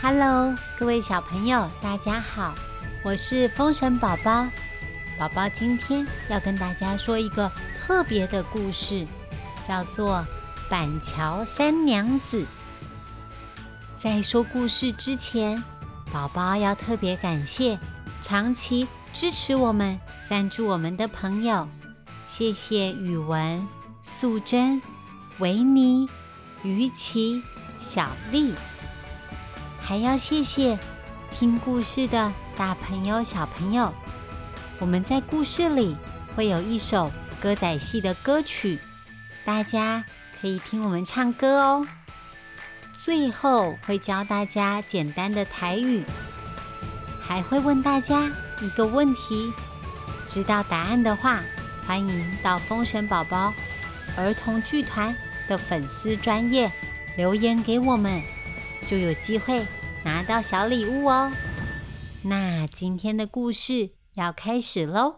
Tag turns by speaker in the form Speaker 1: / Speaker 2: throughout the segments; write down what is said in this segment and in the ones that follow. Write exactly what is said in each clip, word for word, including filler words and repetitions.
Speaker 1: Hello， 各位小朋友，大家好，我是风神宝宝。宝宝今天要跟大家说一个特别的故事，叫做板桥三娘子。在说故事之前，宝宝要特别感谢长期支持我们、赞助我们的朋友，谢谢宇文、素贞、维尼、于琪、小丽，还要谢谢听故事的大朋友、小朋友。我们在故事里会有一首歌仔戏的歌曲，大家可以听我们唱歌哦。最后会教大家简单的台语，还会问大家一个问题，知道答案的话，欢迎到风神宝宝儿童剧团的粉丝专页留言给我们，就有机会拿到小礼物哦。那今天的故事要开始咯。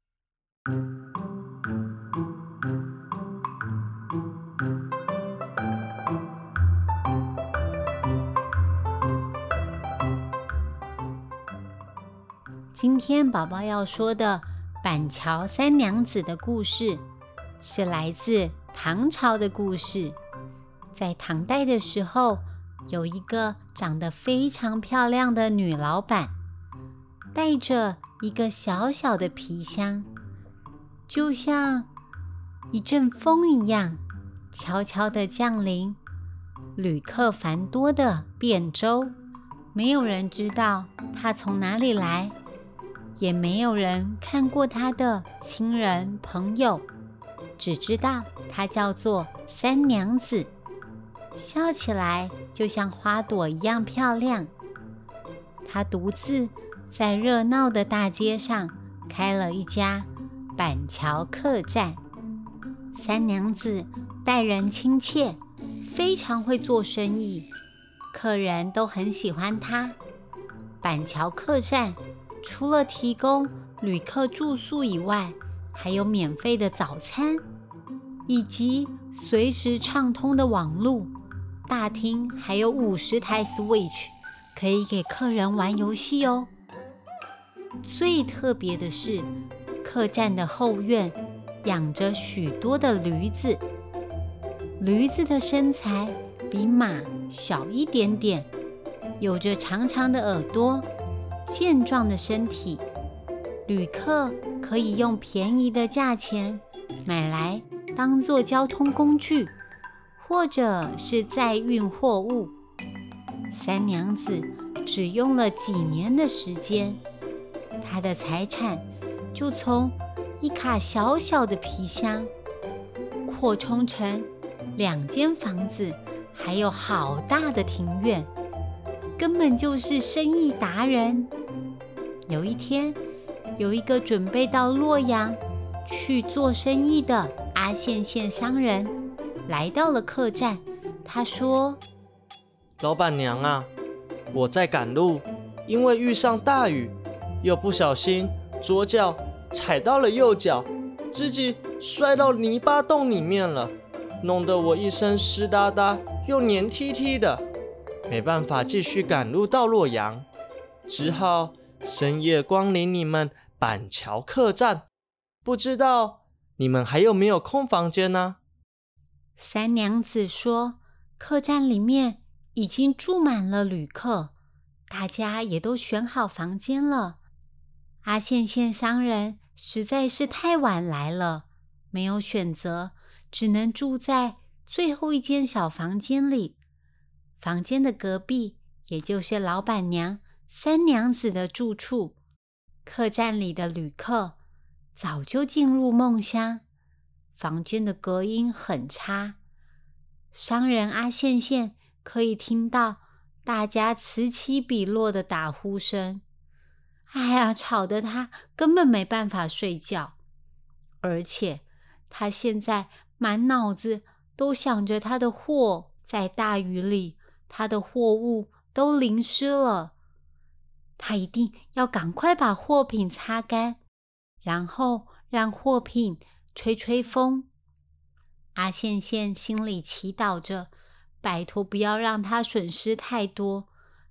Speaker 1: 今天宝宝要说的板桥三娘子的故事，是来自唐朝的故事。在唐代的时候，有一个长得非常漂亮的女老板，带着一个小小的皮箱，就像一阵风一样，悄悄地降临旅客繁多的汴州。没有人知道她从哪里来，也没有人看过她的亲人朋友，只知道她叫做三娘子，笑起来就像花朵一样漂亮。她独自在热闹的大街上开了一家板桥客栈。三娘子待人亲切，非常会做生意，客人都很喜欢她。板桥客栈除了提供旅客住宿以外，还有免费的早餐，以及随时畅通的网路。大厅还有五十台 Switch， 可以给客人玩游戏哦。最特别的是，客栈的后院养着许多的驴子，驴子的身材比马小一点点，有着长长的耳朵，健壮的身体。旅客可以用便宜的价钱买来当作交通工具，或者是载运货物。三娘子只用了几年的时间，她的财产就从一卡小小的皮箱扩充成两间房子，还有好大的庭院，根本就是生意达人。有一天，有一个准备到洛阳去做生意的阿县县商人来到了客栈。他说：
Speaker 2: 老板娘啊，我在赶路，因为遇上大雨，又不小心左脚踩到了右脚，自己摔到泥巴洞里面了，弄得我一身湿哒哒又黏踢踢的，没办法继续赶路到洛阳，只好深夜光临你们板桥客栈，不知道你们还有没有空房间呢？
Speaker 1: 三娘子说，客栈里面已经住满了旅客，大家也都选好房间了。阿县县商人实在是太晚来了，没有选择，只能住在最后一间小房间里。房间的隔壁，也就是老板娘三娘子的住处。客栈里的旅客早就进入梦乡，房间的隔音很差，商人阿县县可以听到大家此起彼落的打呼声。哎呀，吵得他根本没办法睡觉，而且他现在满脑子都想着他的货在大雨里，他的货物都淋湿了。他一定要赶快把货品擦干，然后让货品吹吹风。阿县县心里祈祷着，拜托不要让他损失太多，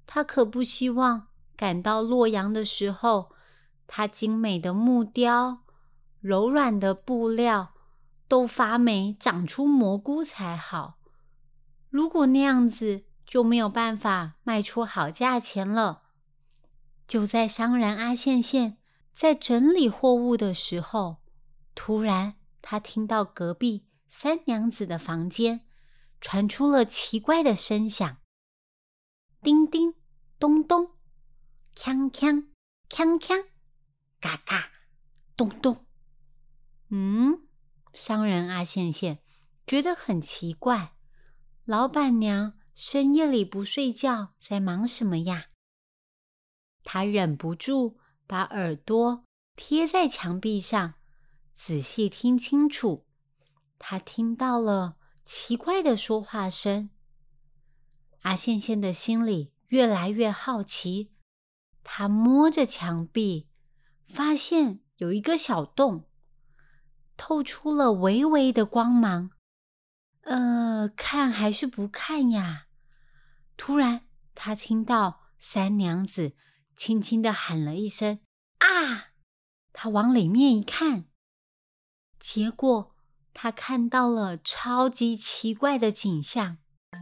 Speaker 1: 他可不希望赶到洛阳的时候，他精美的木雕、柔软的布料都发霉长出蘑菇才好。如果那样子，就没有办法卖出好价钱了。就在商人阿线线在整理货物的时候，突然他听到隔壁三娘子的房间传出了奇怪的声响，叮叮咚咚，锵锵锵锵，嘎嘎咚咚。嗯，商人阿线线觉得很奇怪，老板娘深夜里不睡觉，在忙什么呀？他忍不住把耳朵贴在墙壁上，仔细听清楚。他听到了奇怪的说话声。阿线线的心里越来越好奇，他摸着墙壁，发现有一个小洞，透出了微微的光芒。呃，看还是不看呀？突然，他听到三娘子轻轻地喊了一声啊！他往里面一看，结果他看到了超级奇怪的景象。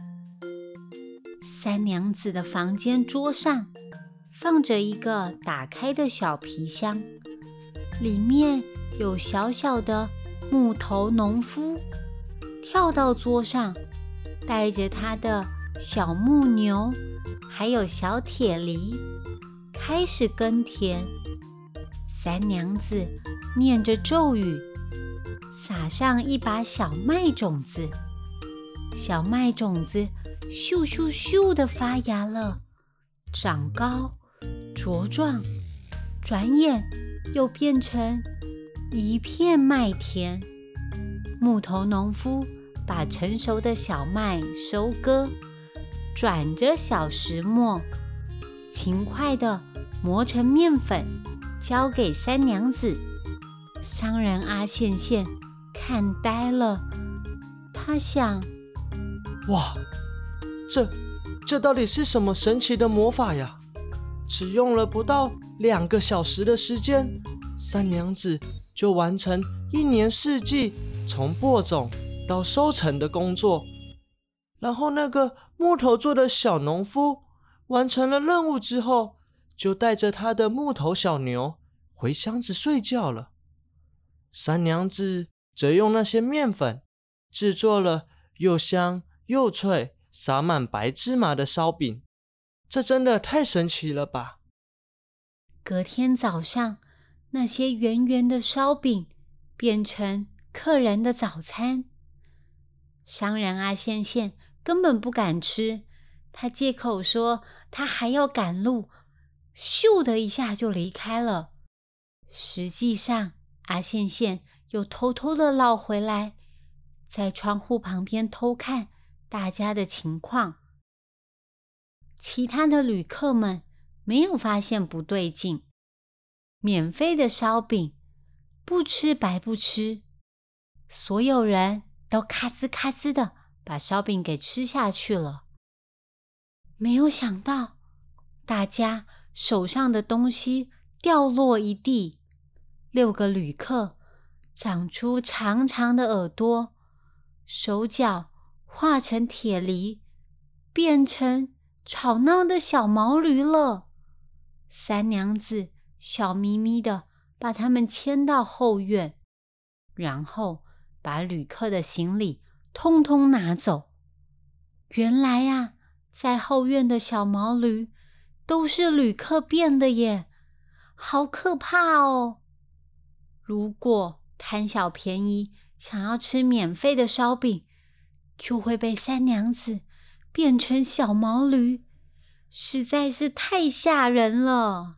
Speaker 1: 三娘子的房间桌上放着一个打开的小皮箱，里面有小小的木头农夫跳到桌上，带着他的小木牛还有小铁犁开始耕田。三娘子念着咒语，撒上一把小麦种子，小麦种子咻咻咻地发芽了，长高茁壮，转眼又变成一片麦田。木头农夫把成熟的小麦收割，转着小石磨，勤快地磨成面粉，交给三娘子。商人阿线线看呆了，他想：
Speaker 2: 哇，这这到底是什么神奇的魔法呀？只用了不到两个小时的时间，三娘子就完成一年四季从播种到收成的工作。然后那个木头做的小农夫完成了任务之后，就带着他的木头小牛回箱子睡觉了。三娘子则用那些面粉制作了又香又脆、撒满白芝麻的烧饼，这真的太神奇了吧！
Speaker 1: 隔天早上，那些圆圆的烧饼变成客人的早餐。商人阿线线根本不敢吃，他借口说他还要赶路，咻的一下就离开了。实际上，阿线线又偷偷的绕回来，在窗户旁边偷看大家的情况。其他的旅客们没有发现不对劲，免费的烧饼不吃白不吃，所有人都咔吱咔吱的把烧饼给吃下去了。没有想到，大家手上的东西掉落一地，六个旅客长出长长的耳朵，手脚化成铁犁，变成吵闹的小毛驴了。三娘子笑眯眯的把他们牵到后院，然后把旅客的行李通通拿走。原来啊，在后院的小毛驴都是旅客变的耶，好可怕哦！如果贪小便宜，想要吃免费的烧饼，就会被三娘子变成小毛驴，实在是太吓人了。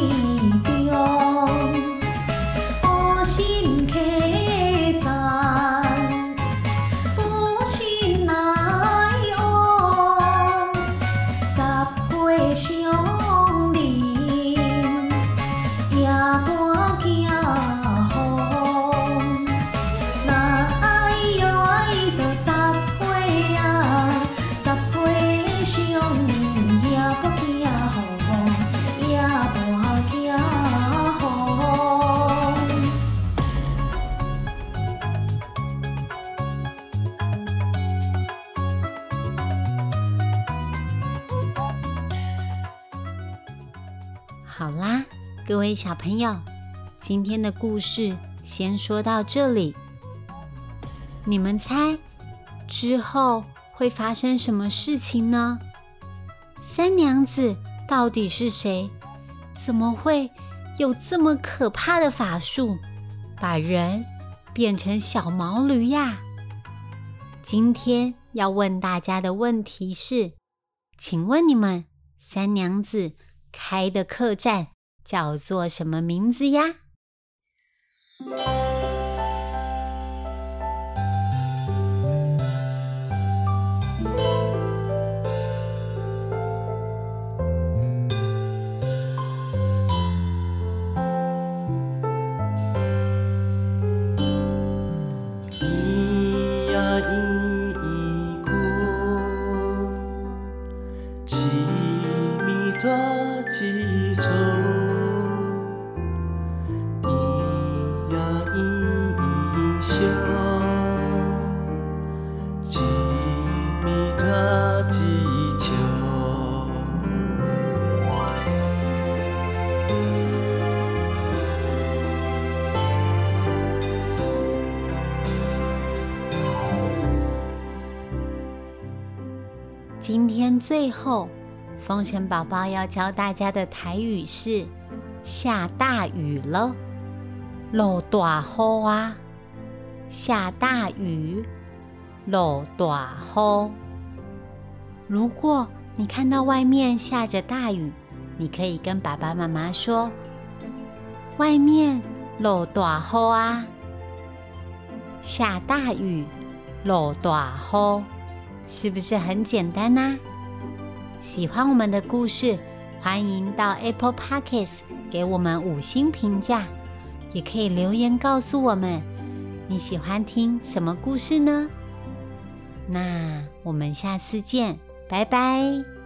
Speaker 3: 心客在。
Speaker 1: 好啦，各位小朋友，今天的故事先说到这里。你们猜之后会发生什么事情呢？三娘子到底是谁？怎么会有这么可怕的法术，把人变成小毛驴呀？今天要问大家的问题是，请问你们三娘子开的客栈叫做什么名字呀？今天最后，风神宝宝要教大家的台语是下大雨了，落大雨啊！下大雨，落大雨。如果你看到外面下着大雨，你可以跟爸爸妈妈说：“外面落大雨啊！下大雨，落大雨。”是不是很简单呢？喜欢我们的故事，欢迎到 Apple Podcast 给我们五星评价，也可以留言告诉我们你喜欢听什么故事呢？那我们下次见，拜拜。